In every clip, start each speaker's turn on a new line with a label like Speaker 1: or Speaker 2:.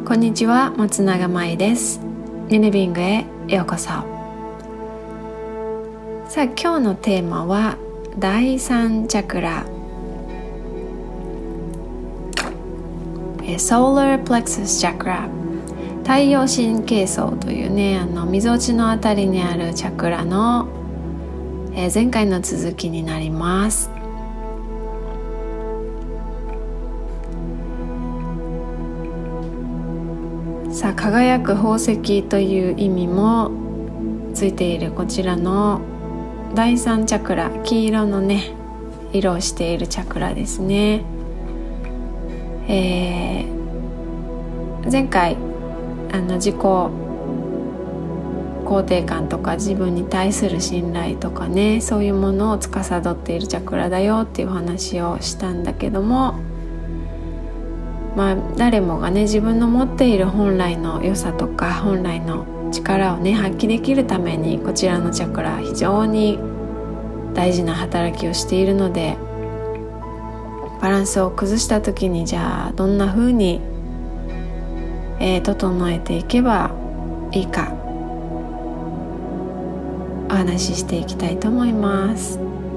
Speaker 1: こんにちは、松永舞です。ネネビングへようこそ。さあ、今日のテーマは第3チャクラ、ソーラープレクサスチャクラ、太陽神経層というね、みぞおちのあたりにあるチャクラの、前回の続きになります。さあ、輝く宝石という意味もついているこちらの第3チャクラ、黄色のね色をしているチャクラですね。前回自己肯定感とか自分に対する信頼とかね、そういうものを司っているチャクラだよっていう話をしたんだけども、誰もがね、自分の持っている本来の良さとか本来の力をね発揮できるために、こちらのチャクラ非常に大事な働きをしているので、バランスを崩した時にじゃあどんな風に、整えていけばいいかお話ししていきたいと思います。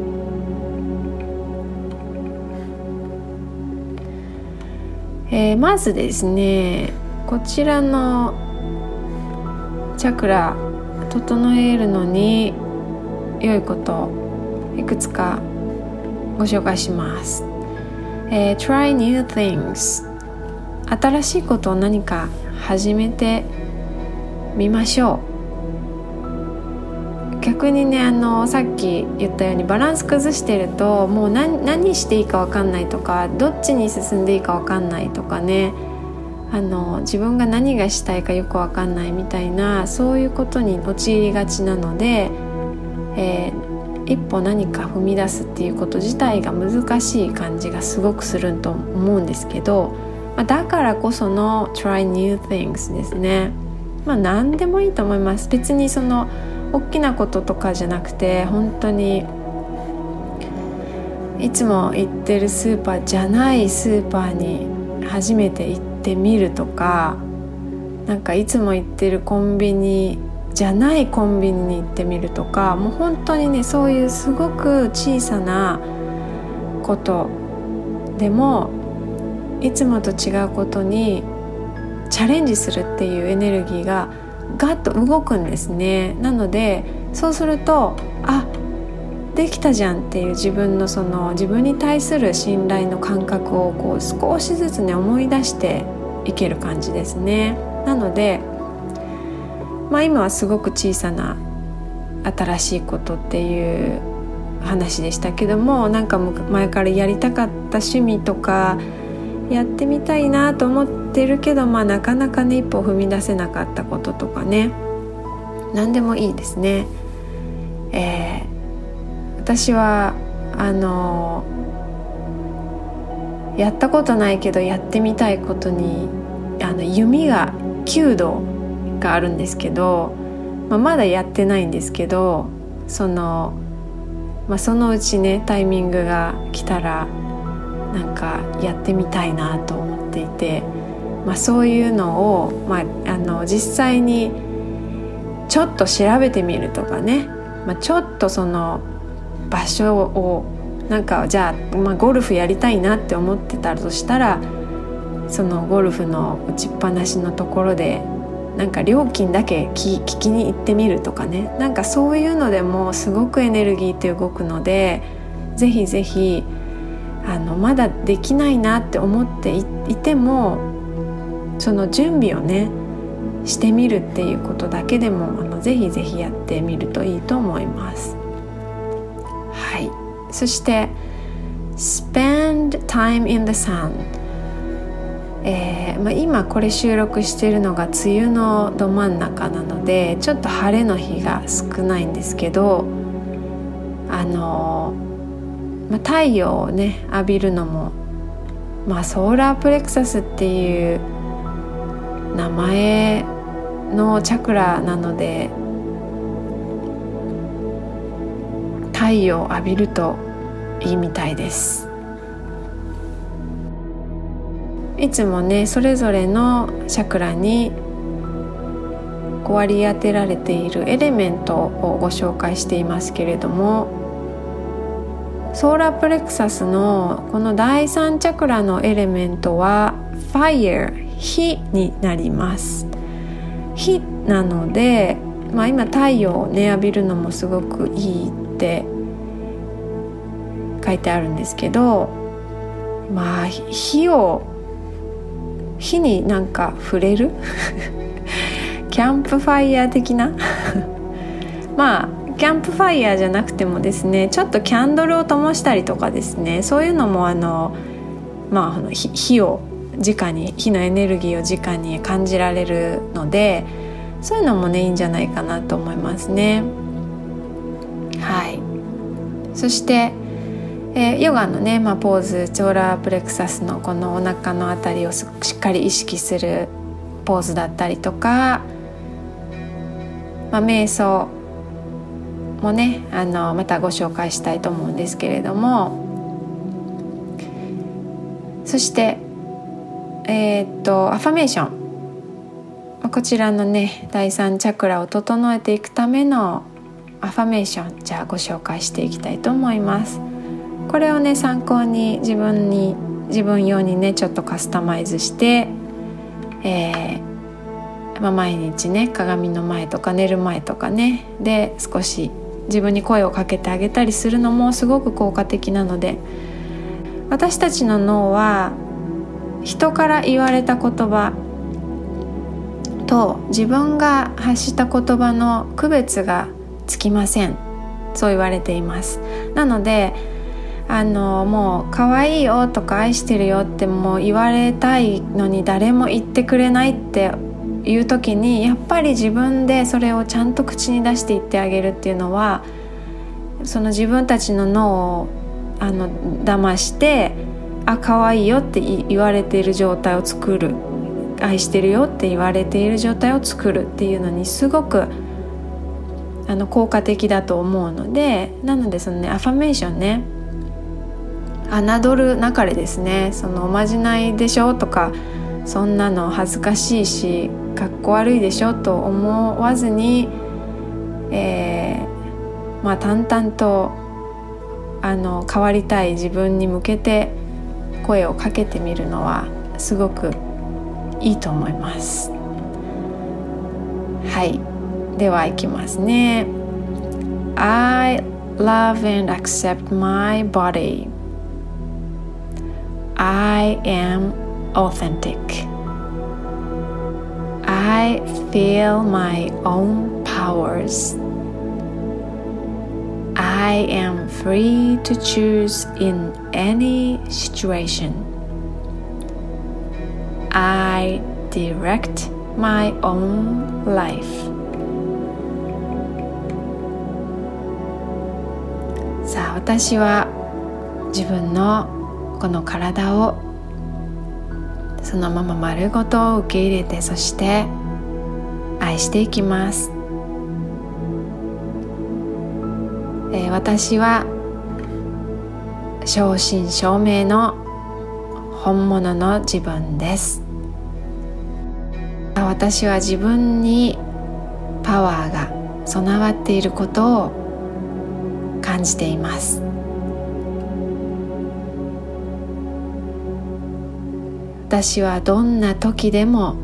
Speaker 1: まずですね、こちらのチャクラ整えるのに良いこといくつかご紹介します。Try new things、 新しいことを何か始めてみましょう。逆にね、さっき言ったようにバランス崩してると、もう何していいか分かんないとか、どっちに進んでいいか分かんないとかね、自分が何がしたいかよく分かんないみたいな、そういうことに陥りがちなので、一歩何か踏み出すっていうこと自体が難しい感じがすごくすると思うんですけど、だからこその Try new things ですね。何でもいいと思います。別にその大きなこととかじゃなくて、本当にいつも行ってるスーパーじゃないスーパーに初めて行ってみるとか、なんかいつも行ってるコンビニじゃないコンビニに行ってみるとか、もう本当にね、そういうすごく小さなことでもいつもと違うことにチャレンジするっていうエネルギーがガッと動くんですね。なのでそうすると、できたじゃんっていう自分のその自分に対する信頼の感覚をこう少しずつね思い出していける感じですね。なので、今はすごく小さな新しいことっていう話でしたけども、なんか前からやりたかった趣味とかやってみたいなと思ってるけど、なかなかね一歩踏み出せなかったこととかね、何でもいいですね。私はやったことないけどやってみたいことに弓が弓道があるんですけど、まだやってないんですけど、そのうちねタイミングが来たらなんかやってみたいなと思っていて、そういうのを、実際にちょっと調べてみるとかね、ちょっとその場所をなんかじゃあ、ゴルフやりたいなって思ってたとしたら、そのゴルフの打ちっぱなしのところでなんか料金だけ聞きに行ってみるとかね、なんかそういうのでもすごくエネルギーって動くので、ぜひぜひまだできないなって思っていても、その準備をねしてみるっていうことだけでもぜひぜひやってみるといいと思います。はい。そして Spend time in the sun、今これ収録しているのが梅雨のど真ん中なので、ちょっと晴れの日が少ないんですけど、太陽をね浴びるのも、ソーラープレクサスっていう名前のチャクラなので、太陽を浴びるといいみたいです。 いつもねそれぞれのチャクラに割り当てられているエレメントをご紹介していますけれども、ソーラープレクサスのこの第3チャクラのエレメントは Fire、 火になります。火なので、今太陽をね浴びるのもすごくいいって書いてあるんですけど、火になんか触れるキャンプファイヤー的なキャンプファイヤーじゃなくてもですね、ちょっとキャンドルを灯したりとかですね、そういうのも火を直に、火のエネルギーを直に感じられるので、そういうのもねいいんじゃないかなと思いますね。はい。そしてヨガのね、ポーズ、ソーラープレクサスのこのお腹のあたりをしっかり意識するポーズだったりとか、瞑想もねまたご紹介したいと思うんですけれども、そしてアファメーション、こちらのね第3チャクラを整えていくためのアファメーション、じゃあご紹介していきたいと思います。これをね参考に自分用にねちょっとカスタマイズして、毎日ね鏡の前とか寝る前とかねで少し自分に声をかけてあげたりするのもすごく効果的なので、私たちの脳は人から言われた言葉と自分が発した言葉の区別がつきません。そう言われています。なのでもう可愛いよとか愛してるよってもう言われたいのに誰も言ってくれないっていう時に、やっぱり自分でそれをちゃんと口に出して言ってあげるっていうのは、その自分たちの脳を騙して可愛いよって言われている状態を作る、愛してるよって言われている状態を作るっていうのにすごく効果的だと思うので、なのでそのねアファメーションね、侮るなかれですね、そのおまじないでしょとか、そんなの恥ずかしいしかっこ悪いでしょと思わずに、淡々と変わりたい自分に向けて声をかけてみるのはすごくいいと思います。はい、ではいきますね。 I love and accept my body. I am authentic. I feel my own powers. I am free to choose in any situation. I direct my own life. さあ、私は自分のこの体をそのまま丸ごと受け入れて、そして愛していきます。私は正真正銘の本物の自分です。私は自分にパワーが備わっていることを感じています。私はどんな時でも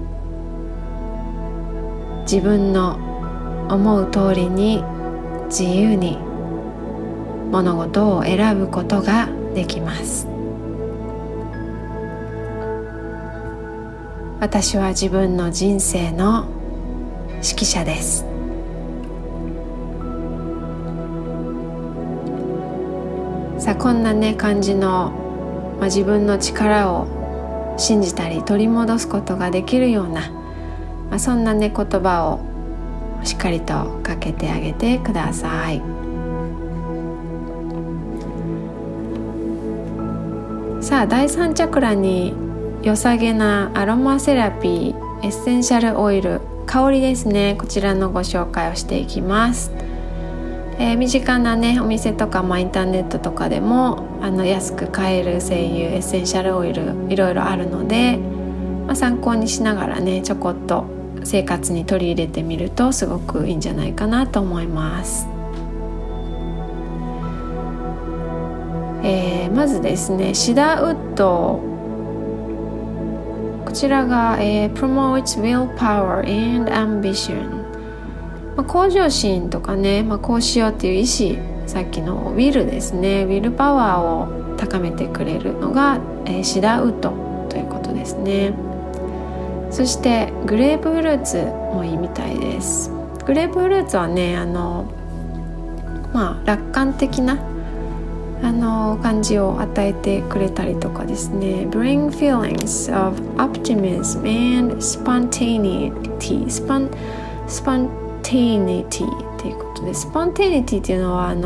Speaker 1: 自分の思う通りに自由に物事を選ぶことができます。私は自分の人生の指揮者です。さあ、こんなね感じの、自分の力を信じたり取り戻すことができるような、そんなね言葉をしっかりとかけてあげてください。さあ、第3チャクラに良さげなアロマセラピー、エッセンシャルオイル、香りですね、こちらのご紹介をしていきます。 身近なねお店とか、インターネットとかでも安く買える精油エッセンシャルオイルいろいろあるので、参考にしながらねちょこっと生活に取り入れてみるとすごくいいんじゃないかなと思います。まずですね、シダーウッド、こちらが、promotes willpower and ambition、向上心とかね、こうしようっていう意志、さっきのウィルですね、ウィルパワーを高めてくれるのが、シダーウッドということですね。そしてグレープフルーツもいいみたいです。グレープフルーツはね楽観的な感じを与えてくれたりとかですね、 Bring feelings of optimism and spontaneity っていうことで、スポンテイニティっていうのは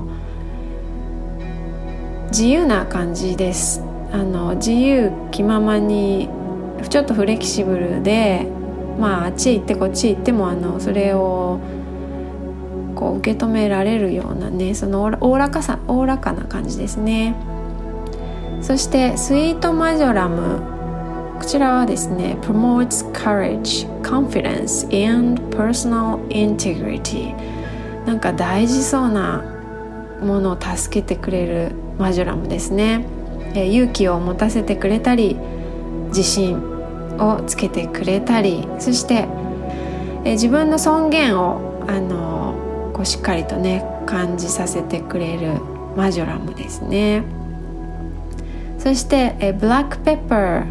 Speaker 1: 自由な感じです。自由気ままにちょっとフレキシブルで、あっち行ってこっち行ってもそれをこう受け止められるようなね、そのおおらかな感じですね。そしてスイートマジョラム、こちらはですね promotes courage, confidence and personal integrity、 なんか大事そうなものを助けてくれるマジョラムですね。勇気を持たせてくれたり、自信をつけてくれたり、そして自分の尊厳をこうしっかりとね感じさせてくれるマジョラムですね。そしてブラックペッパー、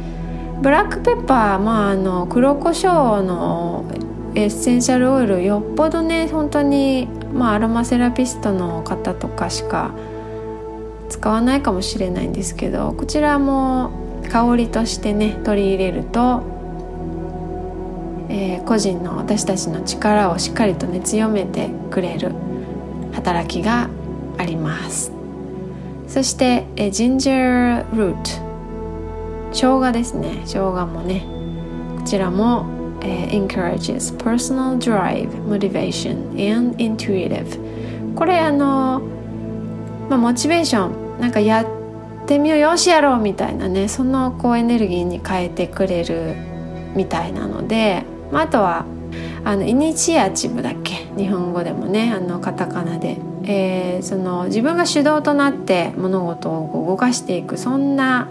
Speaker 1: 黒胡椒のエッセンシャルオイル、よっぽどね本当にアロマセラピストの方とかしか使わないかもしれないんですけど、こちらも香りとしてね取り入れると、個人の私たちの力をしっかりとね強めてくれる働きがあります。そしてジンジャールート、生姜ですね。生姜もねこちらも、encourages personal drive, motivation and intuitive、 これモチベーション、なんかやってみよう、よしやろうみたいなね、そのこうエネルギーに変えてくれるみたいなので、あとはイニシアチブだっけ、日本語でもねカタカナで、その自分が主導となって物事を動かしていく、そんな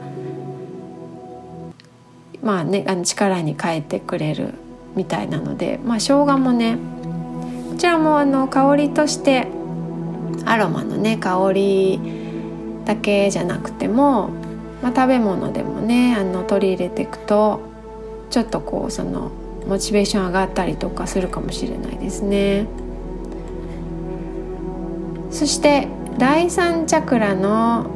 Speaker 1: 力に変えてくれるみたいなので、生姜もねこちらも香りとしてアロマのね香りだけじゃなくても、食べ物でもね取り入れていくとちょっとこうそのモチベーション上がったりとかするかもしれないですね。そして第三チャクラの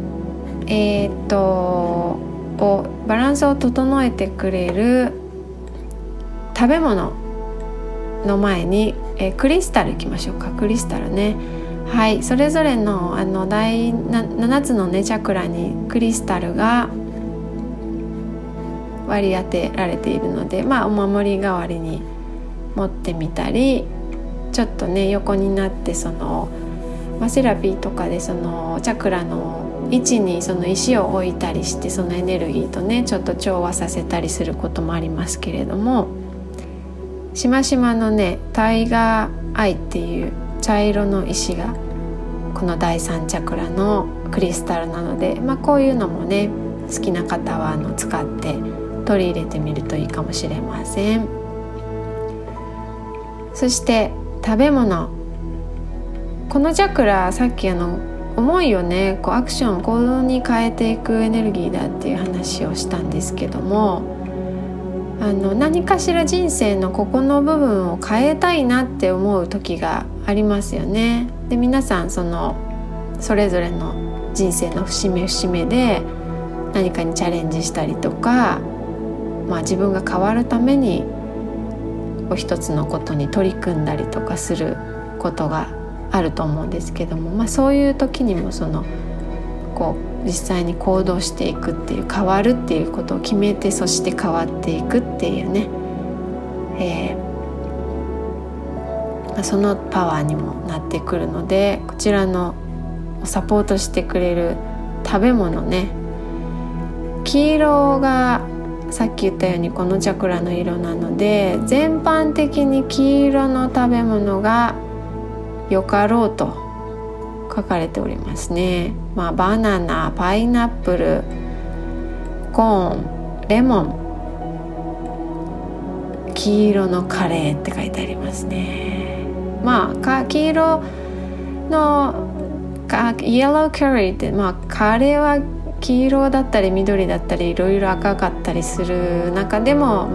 Speaker 1: バランスを整えてくれる食べ物の前に、クリスタルいきましょうか。クリスタルね、はい、それぞれの第7つのねチャクラにクリスタルが割り当てられているので、お守り代わりに持ってみたり、ちょっとね横になってその、セラピーとかでそのチャクラの位置にその石を置いたりして、そのエネルギーとねちょっと調和させたりすることもありますけれども、しましまのねタイガーアイっていう茶色の石がこの第三チャクラのクリスタルなので、こういうのもね好きな方は使って取り入れてみるといいかもしれません。そして食べ物、このチャクラ、さっき思いをねこうアクション行動に変えていくエネルギーだっていう話をしたんですけども、何かしら人生のここの部分を変えたいなって思う時がありますよね。で、皆さんそれぞれの人生の節目節目で何かにチャレンジしたりとか、自分が変わるために一つのことに取り組んだりとかすることがあると思うんですけども、そういう時にもこう実際に行動していくっていう、変わるっていうことを決めて、そして変わっていくっていうね、 そのパワーにもなってくるので、こちらのサポートしてくれる食べ物ね、黄色がさっき言ったようにこのチャクラの色なので、全般的に黄色の食べ物がよかろうと書かれておりますね。バナナ、パイナップル、コーン、レモン、黄色のカレーって書いてありますね。黄色のイエローカレーって、カレーは黄色だったり緑だったりいろいろ赤かったりする中でも、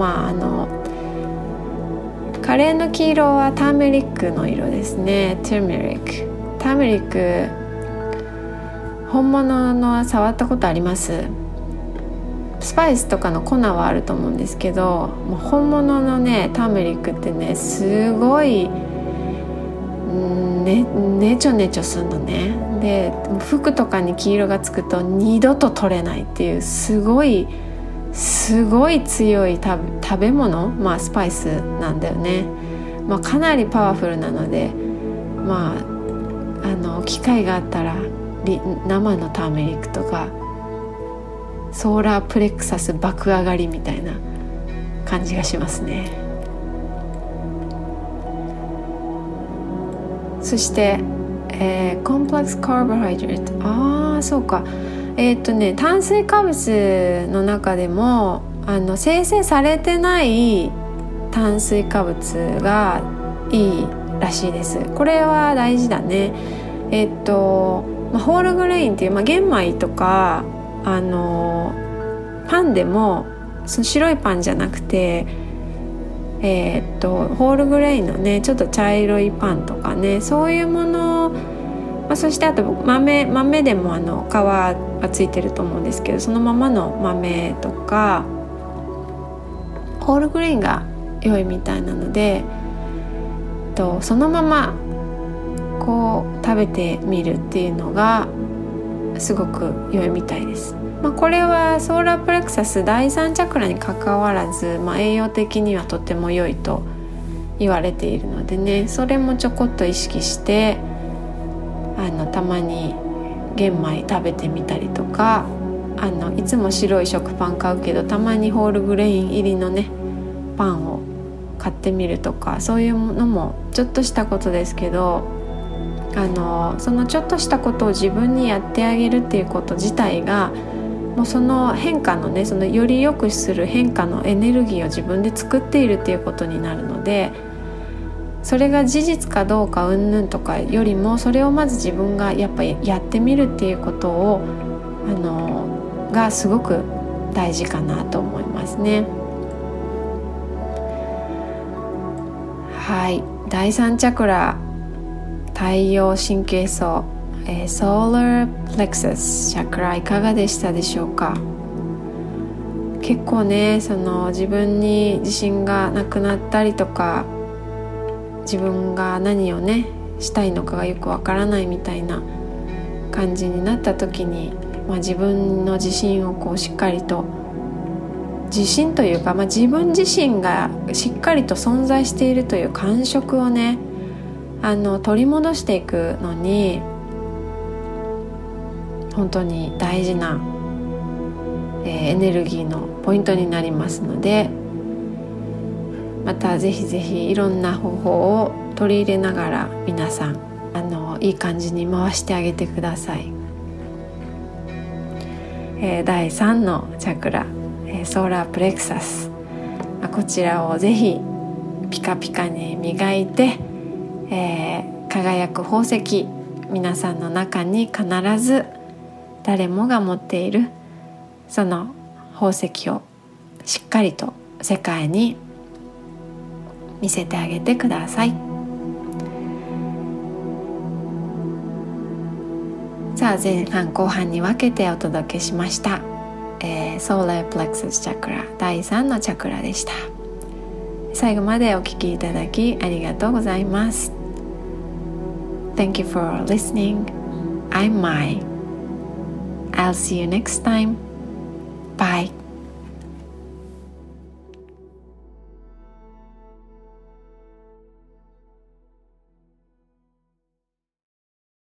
Speaker 1: カレーの黄色はターメリックの色ですね。ターメリック本物の触ったことあります？スパイスとかの粉はあると思うんですけど、本物のねターメリックってね、すごいねちょねちょするのね。で服とかに黄色がつくと二度と取れないっていう、すごい強い食べ物、スパイスなんだよね。かなりパワフルなので、機会があったら生のターメリックとかソーラープレクサス爆上がりみたいな感じがしますね。そしてコンプレックスカーボハイドレート、そうか、炭水化物の中でも生成されてない炭水化物がいいらしいです。これは大事だね。ホールグレインっていう、玄米とかパンでもその白いパンじゃなくてホールグレインのねちょっと茶色いパンとかね、そういうもの、そしてあと豆でも皮がついてると思うんですけど、そのままの豆とかホールグレインが良いみたいなので、そのままこう食べてみるっていうのがすごく良いみたいです。これはソーラープレクサス第三チャクラにかかわらず、栄養的にはとても良いと言われているのでね、それもちょこっと意識してたまに玄米食べてみたりとか、いつも白い食パン買うけどたまにホールグレイン入りのねパンを買ってみるとか、そういうのもちょっとしたことですけど、そのちょっとしたことを自分にやってあげるっていうこと自体がもうその変化のね、そのより良くする変化のエネルギーを自分で作っているっていうことになるので、それが事実かどうか云々とかよりも、それをまず自分がやっぱりやってみるっていうことをがすごく大事かなと思いますね。はい、第三チャクラ、太陽神経層、ソーラープレクサスチャクラいかがでしたでしょうか。結構ね、その自分に自信がなくなったりとか、自分が何をねしたいのかがよくわからないみたいな感じになった時に、自分の自信をこうしっかりと、自信というか、自分自身がしっかりと存在しているという感触をね取り戻していくのに本当に大事な、エネルギーのポイントになりますので、またぜひぜひいろんな方法を取り入れながら皆さんいい感じに回してあげてください。第3のチャクラ、ソーラープレクサス、こちらをぜひピカピカに磨いて、輝く宝石、皆さんの中に必ず誰もが持っているその宝石をしっかりと世界に見せてあげてください。さあ、前半後半に分けてお届けしました、ソーラープレクサスチャクラ第3のチャクラでした。最後までお聞きいただきありがとうございます。 Thank you for listening. I'm Mai. I'll see you next time. Bye.